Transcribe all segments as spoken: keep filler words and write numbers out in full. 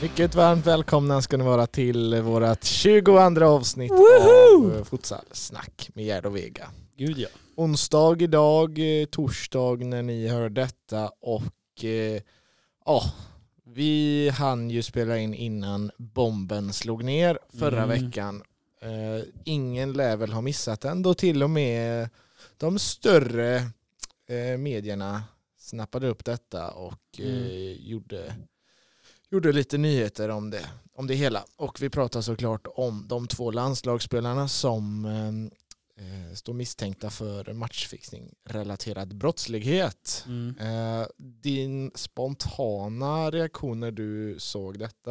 Mycket varmt välkomna ska ni vara till vårat tjugoandra avsnitt Woohoo! av Futsal-snack med Gerd och Vega. Gud ja. Onsdag idag, torsdag när ni hör detta och eh, ja, vi hann ju spela in innan bomben slog ner förra Mm. veckan. Eh, ingen lär väl ha missat den då till och med de större eh, medierna snappade upp detta och eh, Mm. gjorde, gjorde lite nyheter om det, om det hela. Och vi pratar såklart om de två landslagsspelarna som eh, står misstänkta för matchfixning relaterad brottslighet. Mm. Eh, din spontana reaktion när du såg detta?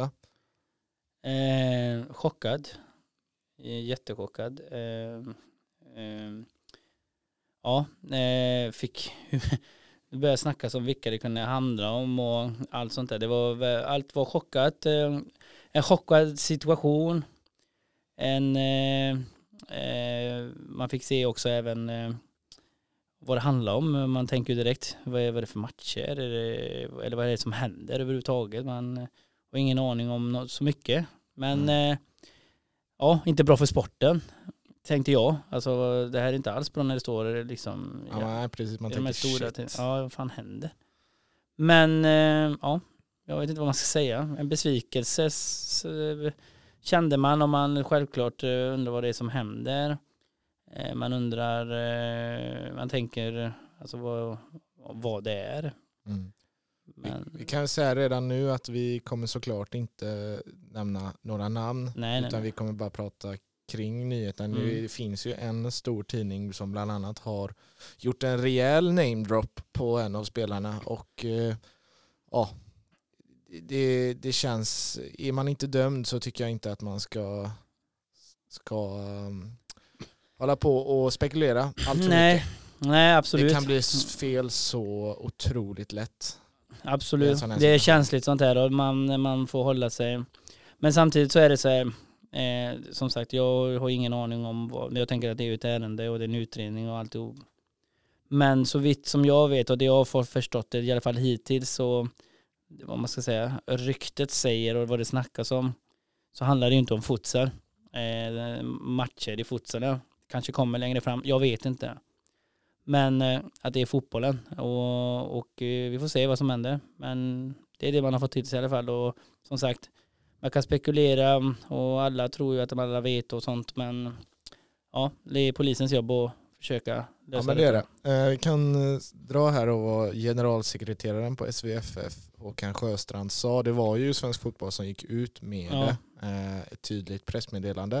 Eh, chockad. Eh, Jättechockad. Eh, eh, ja, eh, fick det började snackas om vilka det kunde handla om och allt sånt där. Det var, allt var chockat. Eh, en chockad situation. En, eh, eh, man fick se också även eh, vad det handlar om. Man tänker ju direkt, vad är, vad är det för matcher? Är det, eller vad är det som händer överhuvudtaget? Man har ingen aning om något, så mycket. Men Mm. eh, ja, inte bra för sporten, tänkte jag. Alltså det här är inte alls bra när det står liksom... Ja, ja, nej, precis. Man i de här tänker stora shit. till- ja, vad fan händer? Men eh, ja, jag vet inte vad man ska säga. En besvikelse s- kände man, om man självklart eh, undrar vad det är som händer. Eh, man undrar, eh, man tänker alltså vad, vad det är. Mm. Men, Vi, vi kan säga redan nu att vi kommer såklart inte nämna några namn, nej, nej, utan nej. vi kommer bara prata kring nyheten. Mm. Nu finns ju en stor tidning som bland annat har gjort en rejäl name drop på en av spelarna och eh, ja, det, det känns, är man inte dömd så tycker jag inte att man ska ska um, hålla på och spekulera allt för Nej, mycket. nej, absolut. Det kan bli fel så otroligt lätt. Det är en Absolut. sån här Det är situation. känsligt sånt här och man, man får hålla sig. Men samtidigt så är det så här, eh, som sagt, jag har ingen aning om vad, jag tänker att det är ett ärende och det är en utredning och alltihop. Men så vitt som jag vet och det jag har fått förstått det, i alla fall hittills, så vad man ska säga, ryktet säger och vad det snackas om, så handlar det ju inte om futsal. Eh, matcher i futsal kanske kommer längre fram, jag vet inte. Men eh, att det är fotbollen och, och eh, vi får se vad som händer. Men det är det man har fått till sig i alla fall. Och som sagt, man kan spekulera och alla tror ju att de alla vet och sånt. Men ja, det är polisens jobb att försöka lösa Ja, men det är detta. det. Eh, Vi kan eh, dra här och vad generalsekreteraren på S V F F, Håkan Sjöstrand, sa. Det var ju Svensk Fotboll som gick ut med Ja. eh, ett tydligt pressmeddelande.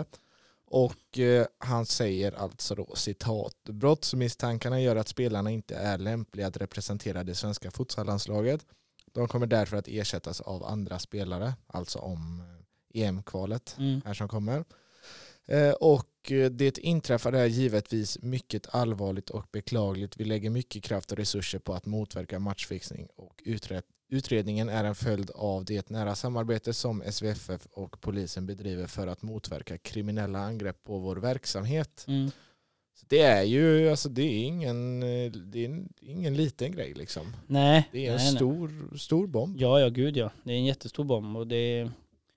Och eh, han säger alltså då, citat: brottsmisstankarna gör att spelarna inte är lämpliga att representera det svenska futsallandslaget. De kommer därför att ersättas av andra spelare, alltså om eh, E M-kvalet Mm. här som kommer. Eh, och eh, det inträffade är givetvis mycket allvarligt och beklagligt. Vi lägger mycket kraft och resurser på att motverka matchfixning och utred- utredningen är en följd av det nära samarbete som S V F F och polisen bedriver för att motverka kriminella angrepp på vår verksamhet. Mm. Så det är ju, alltså det är ingen, eh, det är en, ingen liten grej liksom. Nej. Det är en nej, nej. stor, stor bomb. Ja, ja, gud ja. Det är en jättestor bomb och det,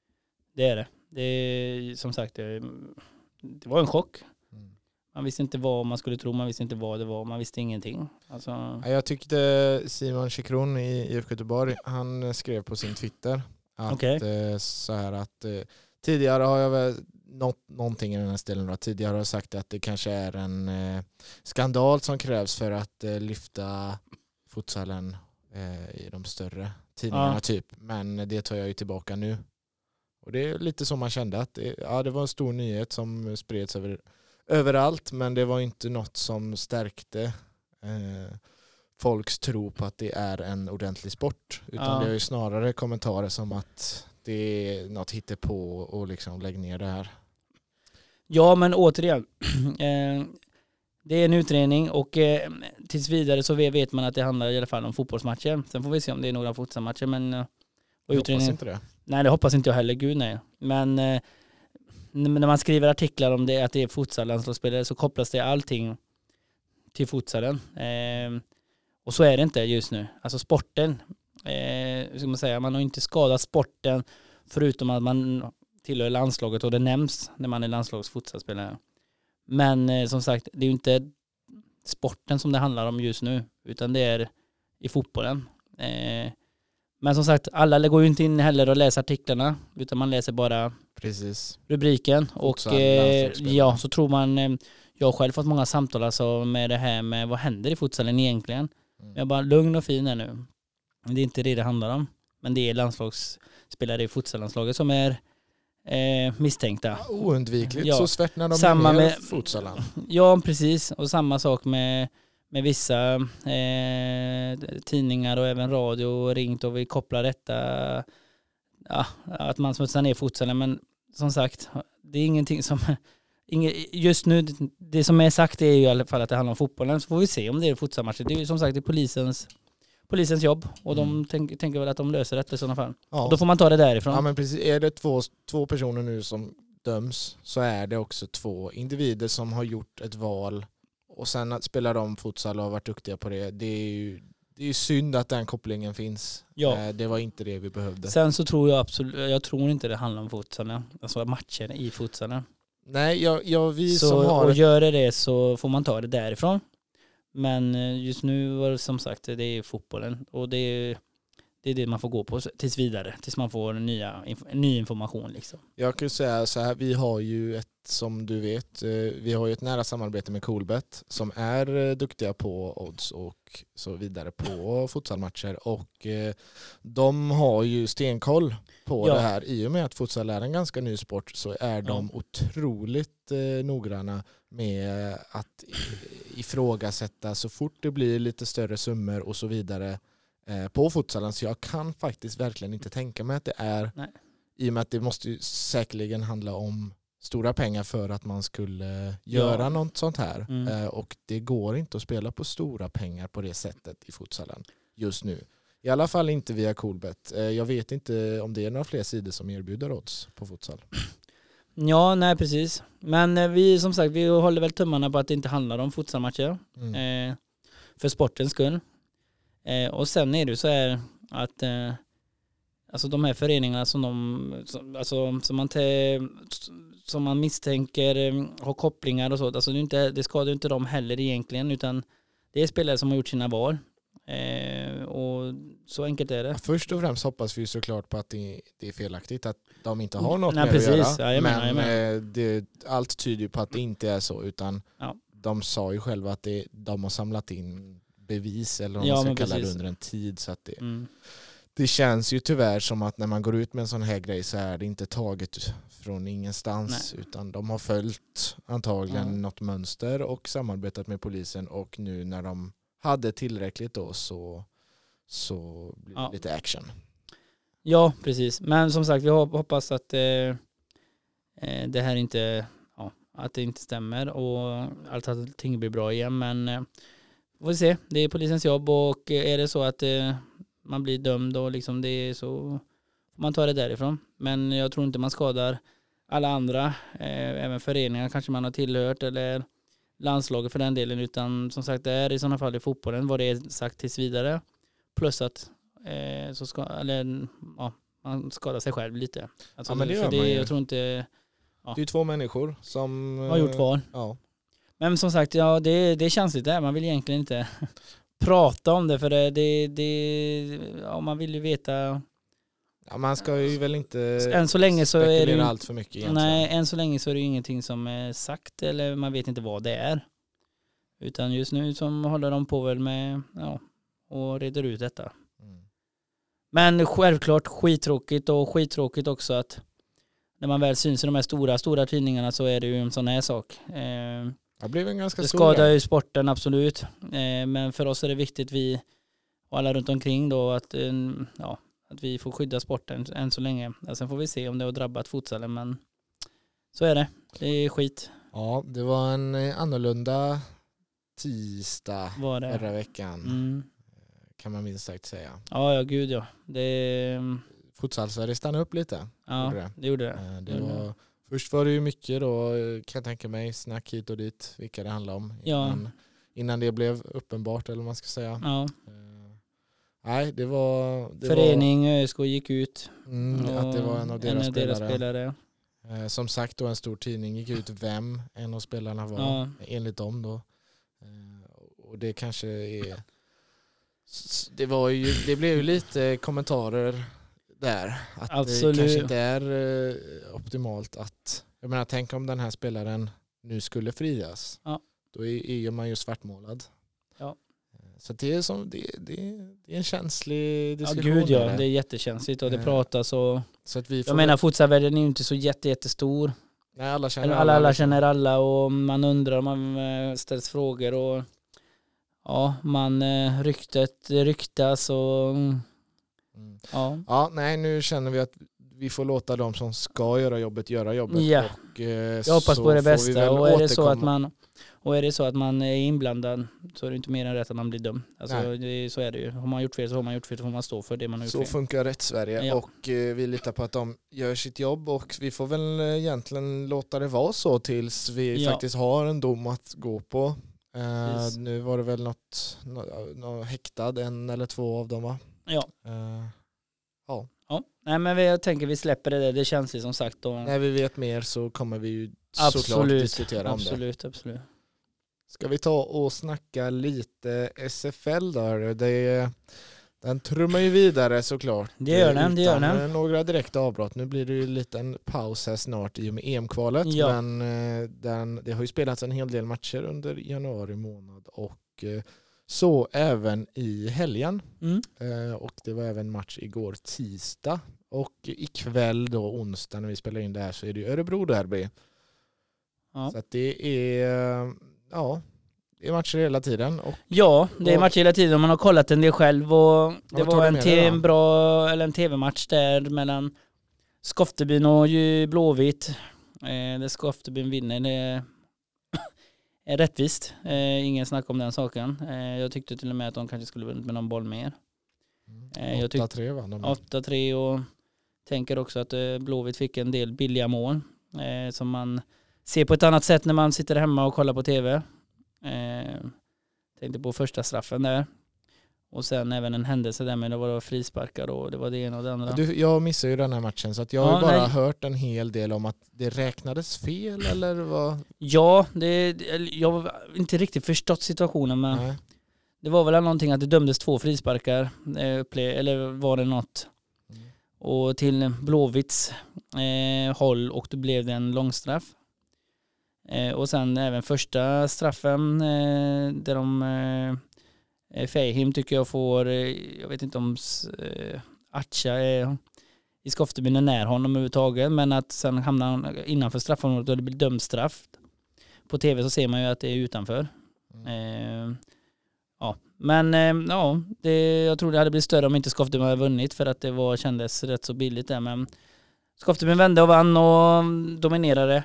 det är det. Det är som sagt, det, det var en chock. Mm. Man visste inte vad man skulle tro, man visste inte vad det var, man visste ingenting. Alltså, Ja, jag tyckte Simon Chikron i I F K Göteborg, han skrev på sin Twitter att Okej. eh, så här att eh, tidigare har jag väl något, någonting i den här stilen då. Tidigare har jag sagt att det kanske är en eh, skandal som krävs för att eh, lyfta futsalen eh, i de större tidningarna Ja. typ. Men det tar jag ju tillbaka nu. Och det är lite som man kände att det, ja, det var en stor nyhet som spreds över, överallt, men det var inte något som stärkte eh, folks tro på att det är en ordentlig sport. Utan Ja. det är ju snarare kommentarer som att det är något hittepå och liksom lägg ner det här. Ja, men återigen. eh, det är en utredning och eh, tills vidare så vet man att det handlar i alla fall om fotbollsmatcher. Sen får vi se om det är några fotbollsmatcher. Men, eh, och Jag hoppas utredningen, inte det. nej, det hoppas inte jag heller. Gud, nej. Men eh, när man skriver artiklar om det, att det är futsallandslagsspelare, så kopplas det allting till futsalen. Eh, och så är det inte just nu. Alltså sporten, eh, hur ska man säga, man har inte skadat sporten Förutom att man tillhör landslaget och det nämns när man är landslagsfotbollsspelare. Men eh, som sagt, det är ju inte sporten som det handlar om just nu, utan det är i fotbollen. Eh, men som sagt, alla går ju inte in heller och läser artiklarna, utan man läser bara Precis. rubriken. Och eh, ja, så tror man, eh, jag har själv fått många samtal alltså, med det här med vad händer i futsalen egentligen. Mm. Jag är bara lugn och fin här nu. Det är inte det det handlar om. Men det är landslagsspelare i futsallandslaget som är eh, misstänkta. Ja, oundvikligt, ja. Så svärtnar de samma med, med futsalan. Ja, precis. Och samma sak med, med vissa eh, tidningar och även radio ringt och vill koppla detta. Ja, att man smutsar ner futsalen. Men som sagt, det är ingenting som... Just nu, det som är sagt är ju i alla fall att det handlar om fotbollen. Så får vi se om det är futsalmatcher. Det är ju som sagt det är polisens... polisens jobb och de mm. tänk, tänker väl att de löser detta i sådana fall. Ja. Och då får man ta det därifrån. Ja, men precis. Är det två, två personer nu som döms så är det också två individer som har gjort ett val och sen spelar de futsal och har varit duktiga på det. Det är ju, det är ju synd att den kopplingen finns. Ja. Det var inte det vi behövde. Sen så tror jag absolut, jag tror inte det handlar om futsalen. Alltså matchen i futsalen. Nej, jag, jag, vi så, som har... Och gör det det så får man ta det därifrån. Men just nu var det som sagt det är fotbollen och det är, det är det man får gå på tills vidare, tills man får nya, ny information. Liksom. Jag kan säga så här, vi har ju ett, som du vet, vi har ju ett nära samarbete med Coolbet som är duktiga på odds och så vidare på futsalmatcher och de har ju stenkoll på ja. det här. I och med att futsal är en ganska ny sport så är de ja. otroligt eh, noggranna med att ifrågasätta så fort det blir lite större summor och så vidare eh, på futsalen. Så jag kan faktiskt verkligen inte tänka mig att det är Nej. i och med att det måste ju säkerligen handla om stora pengar för att man skulle göra ja. något sånt här. Mm. Eh, och det går inte att spela på stora pengar på det sättet i futsalen just nu. I alla fall inte via Coolbet. Eh, jag vet inte om det är några fler sidor som erbjuder odds på futsal. Ja, nej precis. Men vi som sagt, vi håller väl tummarna på att det inte handlar om futsalmatcher. Mm. Eh, för sportens skull. Eh, och sen är det så här att eh, alltså de här föreningarna som de som, alltså, som man te, som man misstänker eh, har kopplingar och så, alltså det, är inte, det skadar inte dem heller egentligen, utan det är spelare som har gjort sina val. Eh, och så enkelt är det. Först och främst hoppas vi såklart på att det, det är felaktigt att de inte har något Nej, med precis. att göra. Ja, jag men menar, jag menar. Det, allt tyder på att det inte är så, utan ja. de sa ju själva att det, de har samlat in bevis eller vad ja, man ska kalla precis. det under en tid. Så att det, mm. det känns ju tyvärr som att när man går ut med en sån här grej så är det inte taget från ingenstans. Nej. Utan de har följt antagligen ja. något mönster och samarbetat med polisen, och nu när de hade tillräckligt då så, så blir det ja. lite action. Ja, precis. Men som sagt, vi hoppas att eh, det här inte, ja, att det inte stämmer och allt, allting blir bra igen. Men eh, får vi se. Det är polisens jobb, och är det så att eh, man blir dömd och liksom det är så, får man ta det därifrån. Men jag tror inte man skadar alla andra, eh, även föreningar kanske man har tillhört eller landslaget för den delen, utan som sagt det är i sådana fall i fotbollen vad det är sagt tills vidare, plus att eh, så ska, eller, ja, man skadar sig själv lite. Alltså, ja, men det för gör det, man ju. jag tror inte, ja. Det är två människor som har gjort val. Ja. Men som sagt, ja, det, det är känsligt där. Man vill egentligen inte prata om det, för det, det, det ja, man vill ju veta. Ja, man ska ju väl inte än så länge så är det allt för mycket egentligen. Nej, än så länge så är det ju ingenting som är sagt, eller man vet inte vad det är. Utan just nu som håller de på väl med, ja, och reder ut detta. Mm. Men självklart skittråkigt, och skittråkigt också att när man väl syns i de här stora, stora tidningarna så är det ju en sån här sak. Eh, det blev en ganska det stor skadar ju sporten, absolut. Eh, men för oss är det viktigt, vi och alla runt omkring då, att eh, ja, att vi får skydda sporten än så länge. Ja, sen får vi se om det har drabbat futsalen, men så är det. Det är skit. Ja, det var en annorlunda tisdag var det förra veckan. Mm. Kan man minst sagt säga. Ja, ja, gud ja. Det... Futsal-Sverige stannade upp lite. Ja, gjorde det. det gjorde det. det var, mm. Först var det ju mycket då, kan jag tänka mig, snack hit och dit, vilka det handlar om. Ja. Innan, innan det blev uppenbart, eller vad man ska säga. Ja. Nej, det var... Det Förening ÖSK gick ut. var, mm, att det var en av deras, en av deras spelare. spelare. Eh, som sagt då en stor tidning gick ut vem en av spelarna var, Ja. enligt dem då. Eh, och det kanske är... Det, var ju, det blev ju lite kommentarer där. Att Absolut. det kanske inte är eh, optimalt att... Jag menar, tänk om den här spelaren nu skulle frias. Ja. Då är, är man ju svartmålad. Ja. Så det är, som, det, det, det är en känslig Ja, diskussion. gud ja. där. Det är jättekänsligt och det Eh, pratas och... Så att vi får Jag menar, futsal-världen är ju inte så jätte, jättestor. nej, alla känner Eller alla, alla känner alla och man undrar, man eh, ställs frågor och ja, man eh, ryktet ryktas och Mm. ja. Ja, nej, nu känner vi att vi får låta de som ska göra jobbet göra jobbet. Ja. Och, eh, Jag hoppas så på det får vi bästa väl och är det så återkomma. att man och är det så att man är inblandad så är det inte mer än rätt att man blir dömd. Alltså Nej. det, så är det ju. Har man gjort fel så har man gjort fel, så får man stå för det man har gjort Så fel. funkar Rättssverige Ja. och eh, vi litar på att de gör sitt jobb och vi får väl eh, egentligen låta det vara så tills vi Ja. faktiskt har en dom att gå på. Eh, Precis. nu var det väl något, något, något häktad, en eller två av dem va? Ja. Eh, Ja. Nej, men vi, jag tänker vi släpper det där. Det känns ju som sagt och när vi vet mer så kommer vi ju såklart absolut diskutera om det. absolut absolut. Ska vi ta och snacka lite S F L där? Det, den trummar ju vidare såklart. Det gör den, det gör utan den. några direkta avbrott. Nu blir det ju en liten paus här snart i och med E M-kvalet. Ja. Men eh, den, det har ju spelats en hel del matcher under januari månad och eh, så även i helgen. Mm. Eh, och det var även match igår tisdag. Och ikväll då onsdag när vi spelar in det här så är det ju Örebro-derby. Ja. Så att det är, eh, ja, det är matcher hela tiden. Och Ja, det är Och- match hela tiden och man har kollat en del själv och det vad tar var du en, med te- dig då? en bra eller en tv-match där mellan Skoftebyn och ju Blåvitt. Eh, där Skoftebyn vinner. Det är, är rättvist. Eh, ingen snack om den saken. Eh, jag tyckte till och med att de kanske skulle vunnit med någon boll mer. Eh, jag tyck- åtta tre va? De- åtta tre och tänker också att eh, Blåvitt fick en del billiga mål eh, som man ser på ett annat sätt när man sitter hemma och kollar på tv. Eh, tänkte på första straffen där. Och sen även en händelse där med det var frisparkar och det var det ena och det andra. Du, jag missade ju den här matchen så att jag har Ja, ju bara nej. hört en hel del om att det räknades fel eller vad? Ja, det, det- jag har inte riktigt förstått situationen men Nej. det var väl någonting att det dömdes två frisparkar eh, upple- eller var det något Mm. och till Blåvitts eh, håll och då blev det en långstraff. Eh, och sen även första straffen eh, där de eh, Fehim tycker jag får, eh, jag vet inte om eh, Atcha är i Skoftebyn är när honom överhuvudtaget, men att sen hamnar han innanför straffområdet och det blir dömd straff. På tv så ser man ju att det är utanför. Mm. Eh, ja, men eh, ja, det, jag tror det hade blivit större om inte Skoftebyn hade vunnit för att det var, kändes rätt så billigt där, men Skoftebyn vände och vann och dominerade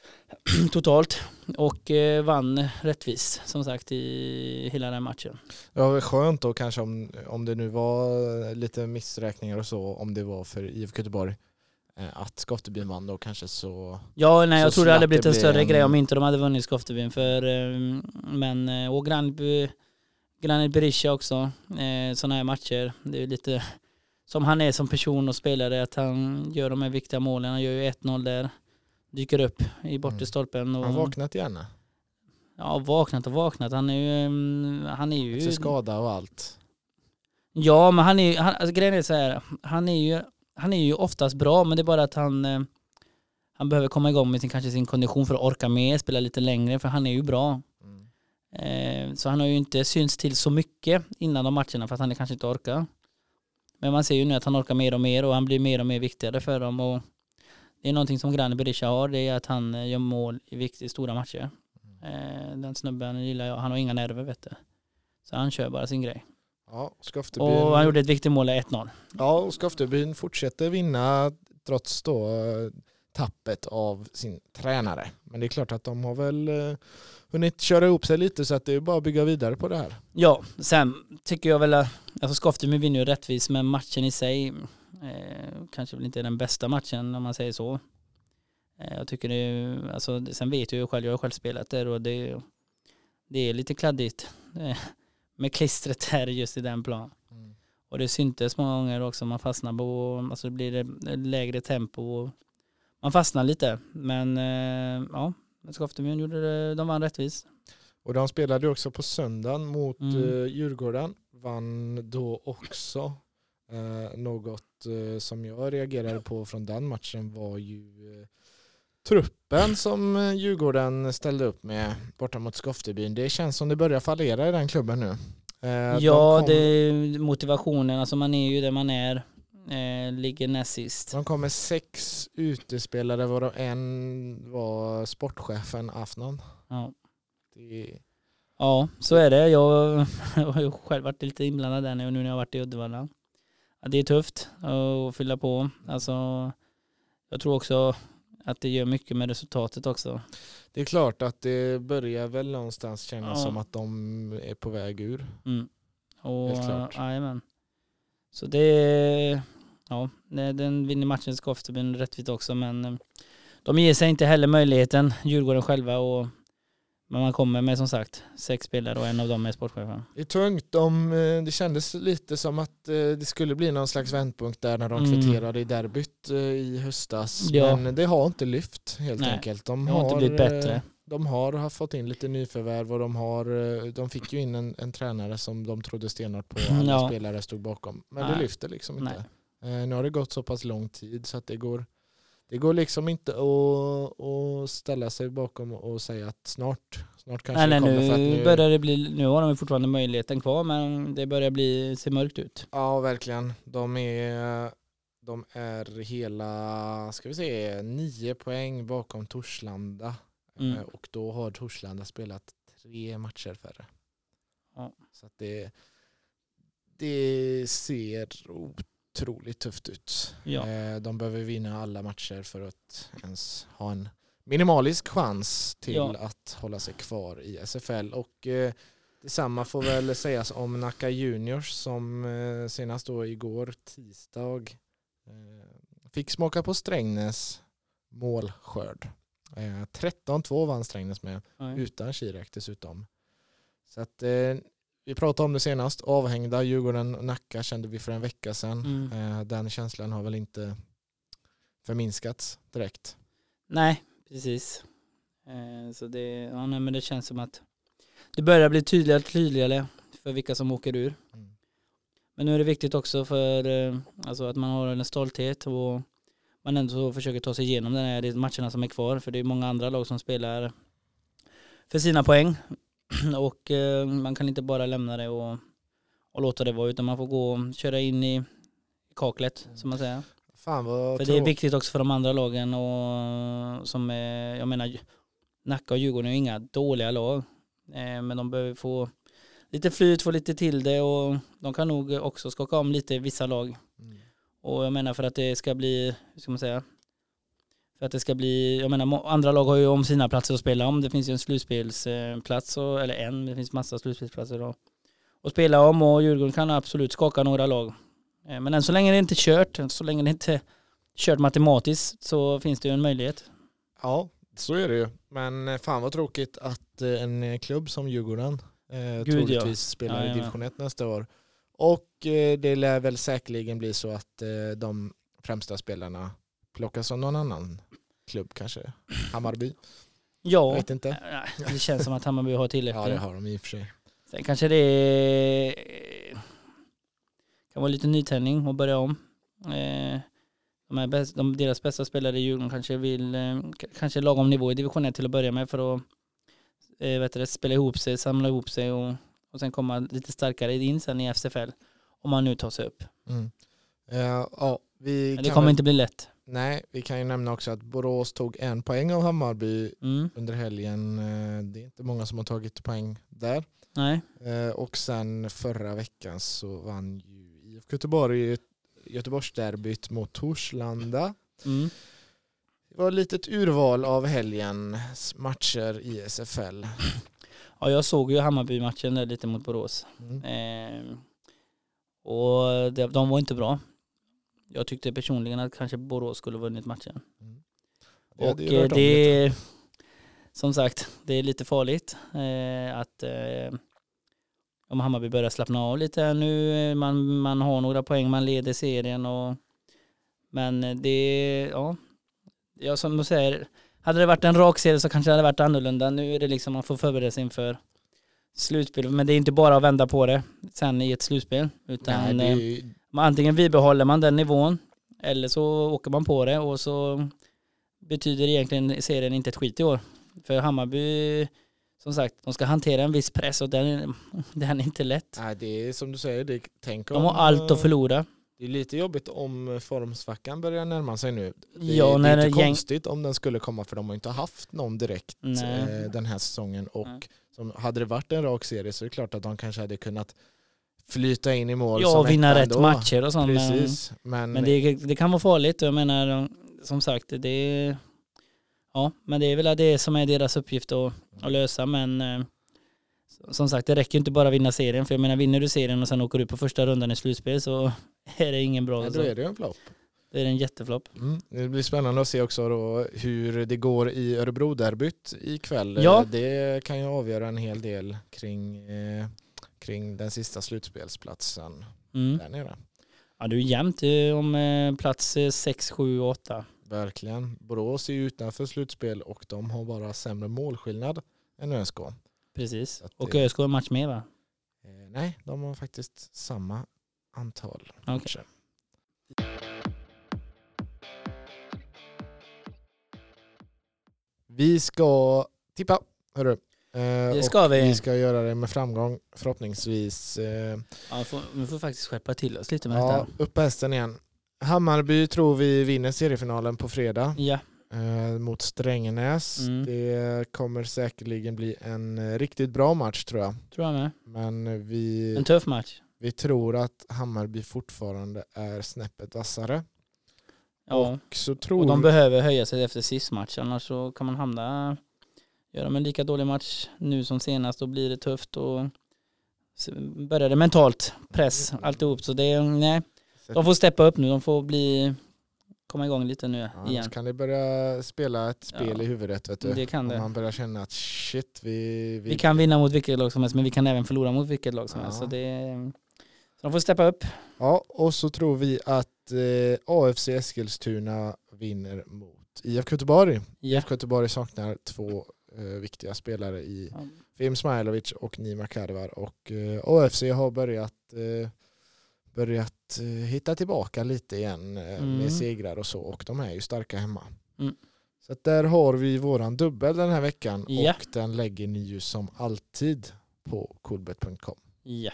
totalt och eh, vann rättvist som sagt i hela den matchen. Det var väl skönt då kanske om, om det nu var lite missräkningar och så, om det var för I F K Göteborg eh, att Skoftebyn vann då kanske så. Ja, nej, jag Så tror det hade slapp blivit det en bli större en- grej om inte de hade vunnit Skoftebyn för eh, men eh, och Granit Granit Berisha också eh, sådana här matcher, det är ju lite som han är som person och spelare att han gör de här viktiga målen, han gör ju ett noll där, dyker upp i bortre Mm. stolpen och Han vaknat gärna. ja, vaknat och vaknat, han är ju mm, han är ju Efter skada och allt. ja, men han är ju han, alltså, grejen är så här, han är ju han är ju oftast bra, men det är bara att han eh, han behöver komma igång med sin kanske sin kondition för att orka med, spela lite längre, för han är ju bra. Mm. Eh, så han har ju inte synts till så mycket innan de matcherna för att han kanske inte orkar. Men man ser ju nu att han orkar mer och mer och han blir mer och mer viktigare för dem. Och det är någonting som Granit Berisha har, det är att han eh, gör mål i viktiga stora matcher. Eh, den snubben gillar jag, han har inga nerver vet du. Så han kör bara sin grej. Ja, Skoftebyn, Och han gjorde ett viktigt mål i ett noll. ja, och Skoftebyn fortsätter vinna trots då eh, tappet av sin tränare. Men det är klart att de har väl eh, hunnit köra ihop sig lite så att det är bara att bygga vidare på det här. Ja, sen tycker jag väl att alltså Skoftebyn vinner ju rättvis, men matchen i sig eh, kanske väl inte är den bästa matchen om man säger så. Eh, jag tycker det är, alltså, sen vet jag ju själv, jag har själv spelat där och det, det är lite kladdigt eh, med klistret här just i den plan. Mm. Och det syntes många gånger också. Man fastnar på, alltså det blir det lägre tempo. Och man fastnar lite. Men eh, ja, Skoftemyren gjorde det, de vann rättvis. Och de spelade också på söndagen mot Mm. eh, Djurgården. Vann då också. Eh, något eh, som jag reagerade på från den matchen var ju eh, truppen som eh, Djurgården ställde upp med borta mot Skoftebyn. Det känns som det börjar fallera i den klubben nu. Eh, Ja, de kom, det är motivationen. Alltså man är ju där man är. Eh, ligger näst sist. de kom med sex utespelare varav en var sportchefen Afnan. Ja. Det, Ja, så är det. Jag har ju själv varit lite inblandad där nu och nu när jag har varit i Uddevalla. Ja, det är tufft att fylla på. Alltså, jag tror också att det gör mycket med resultatet också. det är klart att det börjar väl någonstans kännas Ja. som att de är på väg ur. Mm. Och, Helt klart. Jajamän. Så det är, ja, den vinner matchen Skoftebyn rättvist också, men de ger sig inte heller möjligheten, Djurgården själva, och men man kommer med som sagt sex spelare och en av dem är sportchefen. Det är tungt. De, det kändes lite som att det skulle bli någon slags vändpunkt där när de Mm. kvitterade i derbyt i höstas. Ja. Men det har inte lyft helt Nej, enkelt. De Det har inte blivit bättre. De har haft fått in lite nyförvärv och de, har, de fick ju in en, en tränare som de trodde stenhårt på. Alla Ja. spelare stod bakom. Men Nej. det lyfter liksom inte. Nej. Eh, nu har det gått så pass lång tid så att det går, det går liksom inte att, att ställa sig bakom och säga att snart, snart kanske Nej, nej, det kommer. nu, För att nu, börjar det bli, nu har de ju fortfarande möjligheten kvar, men det börjar bli, se mörkt ut. Ja, verkligen. De är, de är hela, ska vi se, nio poäng bakom Torslanda. Mm. Eh, Och då har Torslanda spelat tre matcher färre. Ja. Så att det, det ser otroligt tufft ut. Ja. Eh, De behöver vinna alla matcher för att ens ha en minimalisk chans till Ja. att hålla sig kvar i S F L. Och eh, detsamma får väl sägas om Nacka Juniors som eh, senast då igår tisdag eh, fick smaka på Strängnäs målskörd. Eh, tretton två vann Strängnäs med Nej. utan Kirek dessutom. Så att eh, vi pratade om det senast. Avhängda Djurgården och Nacka kände vi för en vecka sedan. Mm. Eh, den känslan har väl inte förminskats direkt. Nej, precis. Eh, så det, ja, nej, men det känns som att det börjar bli tydligare och tydligare för vilka som åker ur. Mm. Men nu är det viktigt också för eh, alltså att man har en stolthet och man ändå försöker ta sig igenom den här matcherna som är kvar. För det är många andra lag som spelar för sina poäng. Och eh, man kan inte bara lämna det och, och låta det vara, utan man får gå och köra in i kaklet, som man säger. Fan vad För det är viktigt också för de andra lagen. Och som är, jag menar, Nacka och Djurgården är ju inga dåliga lag. Eh, men de behöver få lite flyt, få lite till det. Och de kan nog också skaka om lite i vissa lag. Mm. Och jag menar för att det ska bli, hur ska man säga? För att det ska bli, jag menar andra lag har ju om sina platser att spela om. Det finns ju en slutspelsplats, eller en, det finns massa slutspelsplatser då. Och spela om, och Djurgården kan absolut skaka några lag. Men än så länge det inte är kört, så länge det inte är kört matematiskt, så finns det ju en möjlighet. Ja, så är det ju. Men fan vad tråkigt att en klubb som Djurgården eh, Gud, troligtvis ja. spelar Ja, i ja. division ett nästa år. Och eh, det lär väl säkerligen bli så att eh, de främsta spelarna plockas av någon annan klubb, kanske Hammarby. Ja, Jag vet inte. det känns som att Hammarby har tillräckligt. Ja, det har de i och för sig. Sen kanske det kan vara lite nytändning och börja om. Eh, de här bäst, de, deras bästa spelare i Djurgården kanske vill eh, k- kanske lagom nivå i division ett till att börja med för att eh, vet du, spela ihop sig, samla ihop sig och, och sen komma lite starkare in sen i F C F L om man nu tar sig upp. Mm. Uh, ja, vi Men det kan kommer väl, inte bli lätt. Nej, vi kan ju nämna också att Borås tog en poäng av Hammarby Mm. under helgen. Uh, det är inte många som har tagit poäng där. Nej. Uh, och sen förra veckan så vann ju I F K Göteborg Göteborgsderbyt mot Torslanda. Mm. Det var ett litet urval av helgens matcher i S F L. Ja, jag såg ju Hammarby-matchen där lite mot Borås. Mm. Eh, och det, de var inte bra. Jag tyckte personligen att kanske Borås skulle ha vunnit matchen. Mm. Och hade ju rört eh, om det lite. som sagt, det är lite farligt eh, att eh, om Hammarby börjar slappna av lite nu. Man, man har några poäng, man leder serien. Och, men det, ja, ja, som du säger, hade det varit en rak serie så kanske det hade varit annorlunda. Nu är det liksom man får förbereda sig inför slutspel. Men det är inte bara att vända på det sen i ett slutspel. Utan Nej, det... man, antingen vi behåller man den nivån eller så åker man på det och så betyder egentligen serien inte ett skit i år. För Hammarby, som sagt, de ska hantera en viss press och den, den är inte lätt. Nej, det är som du säger, det, tänk om, de har allt att förlora. Det är lite jobbigt om formsvackan börjar närma sig nu. Det, ja, det är inte gäng... konstigt om den skulle komma, för de har inte haft någon direkt eh, den här säsongen. Och Nej. som, hade det varit en rak serie så är det klart att de kanske hade kunnat flyta in i mål. Ja, som vinna rätt ändå. matcher och sånt. Precis, men men, men det, det kan vara farligt. Jag menar, som sagt, det är, ja, men det är väl det som är deras uppgift att, att lösa. Men som sagt, det räcker inte bara att vinna serien. För jag menar, vinner du serien och sen åker du på första rundan i slutspel så är det ingen bra. Nej, då är det en flopp. Det är en jätteflopp. Mm. Det blir spännande att se också då hur det går i Örebro-derbyt ikväll. Ja. Det kan ju avgöra en hel del kring, eh, kring den sista slutspelsplatsen Mm. där nere. Ja, det är ju jämnt om eh, plats sex, sju och åtta. Verkligen. Borås är utanför slutspel och de har bara sämre målskillnad än ÖSK. Precis. Att och det... ÖSK är en match med, va? Eh, nej, de har faktiskt samma antal okay. matcher. Vi ska tippa, hörru. Eh, det ska vi. Vi ska göra det med framgång, förhoppningsvis. Eh, ja, får, vi får faktiskt skärpa till oss lite med ja, detta. upp på hästen igen. Hammarby tror vi vinner seriefinalen på fredag. Ja. Eh, mot Strängnäs. Mm. Det kommer säkerligen bli en riktigt bra match, tror jag. Tror jag med. Men vi, en tuff match. Vi tror att Hammarby fortfarande är snäppet vassare. Ja. Och, så tror och de behöver höja sig efter sist match. Annars så kan man hamna... Gör de en lika dålig match nu som senast, då blir det tufft. Och börjar det mentalt press, alltihop. Så det är... Nej. De får steppa upp nu. De får bli... komma igång lite nu ja, igen. Så kan det börja spela ett spel ja. i huvudet, vet du. Det kan det. Om man börjar känna att shit, vi... Vi, vi kan vinna mot vilket lag som helst, men vi kan även förlora mot vilket lag som ja. helst. Så, det, så de får steppa upp. Ja, och så tror vi att eh, A F C Eskilstuna vinner mot I F K Göteborg. Ja. I F K Göteborg saknar två eh, viktiga spelare i ja. Fim Smailovic och Nima Karvar. Och eh, A F C har börjat... Eh, börjat hitta tillbaka lite igen mm. med segrar och så, och de är ju starka hemma. Mm. Så att där har vi våran dubbel den här veckan ja. och den lägger ni ju som alltid på coolbet punkt com. Ja.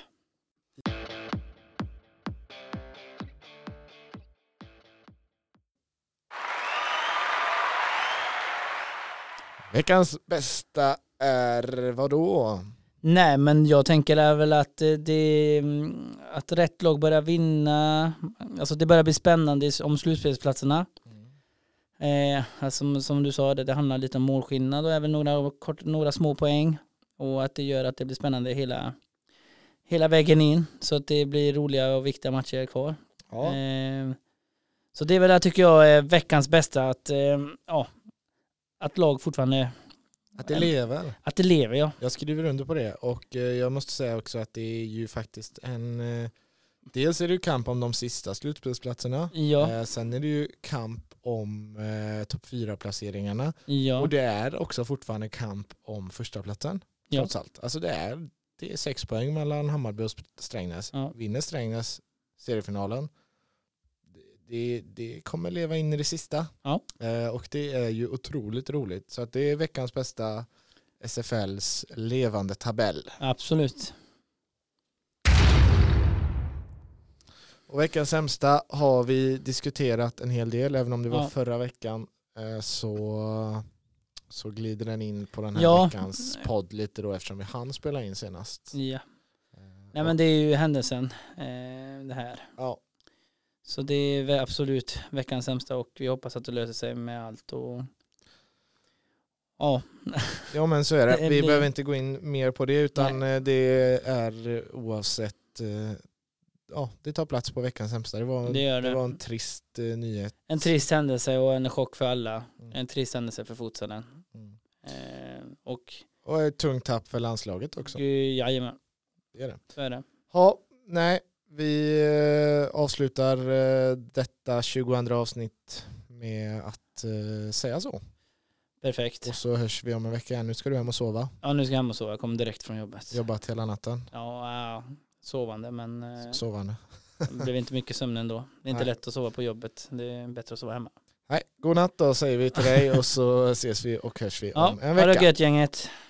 Veckans bästa är vad då? Nej, men jag tänker är väl att det att rätt lag börjar vinna. Alltså det börjar bli spännande om slutspelsplatserna. Mm. Eh, alltså, som du sa, det, det handlar lite om målskillnad och även några, kort, några små poäng. Och att det gör att det blir spännande hela, hela vägen in. Så att det blir roliga och viktiga matcher kvar. Ja. Eh, så det är väl det tycker jag är veckans bästa. Att, eh, ja, att lag fortfarande... Att det lever. Att det lever, ja. Jag skriver under på det. Och eh, jag måste säga också att det är ju faktiskt en... Eh, dels är det ju kamp om de sista slutspelsplatserna. Ja. Eh, sen är det ju kamp om eh, topp fyra placeringarna. Ja. Och det är också fortfarande kamp om första platsen. Ja. Trots allt. Alltså det är, det är sex poäng mellan Hammarby och Strängnäs. Ja. Vinner Strängnäs seriefinalen. Det, det kommer leva in i det sista. Ja. Eh, och det är ju otroligt roligt. Så att det är veckans bästa S F L:s levande tabell. Absolut. Och veckans sämsta har vi diskuterat en hel del. Även om det var ja. förra veckan eh, så, så glider den in på den här ja. veckans podd lite då, eftersom vi hann spela in senast. Ja. Eh, Nej, men det är ju händelsen eh, det här. Ja. Så det är absolut veckans sämsta och vi hoppas att det löser sig med allt. Och... Ja. ja, men så är det. det är vi det... behöver inte gå in mer på det, utan Nej. det är oavsett... Ja, det tar plats på veckans sämsta. Det var, det gör det. det var en trist uh, nyhet. En trist händelse och en chock för alla. Mm. En trist händelse för futsalen. Mm. Eh, och, och ett tungt tapp för landslaget också. Jajamän. Det är det. Så är det. Ja, nej. Vi eh, avslutar eh, detta tjugoandra avsnitt med att eh, säga så. Perfekt. Och så hörs vi om en vecka igen. Nu ska du hem och sova. Ja, nu ska jag hem och sova. Jag kommer direkt från jobbet. Jobbat hela natten. Ja, äh, sovande, men eh, Sovande. det blev inte mycket sömn ändå. Det är inte Nej. lätt att sova på jobbet. Det är bättre att sova hemma. Nej, god natt då säger vi till dig och så ses vi och hörs vi Ja, om en ha det vecka. gött gänget.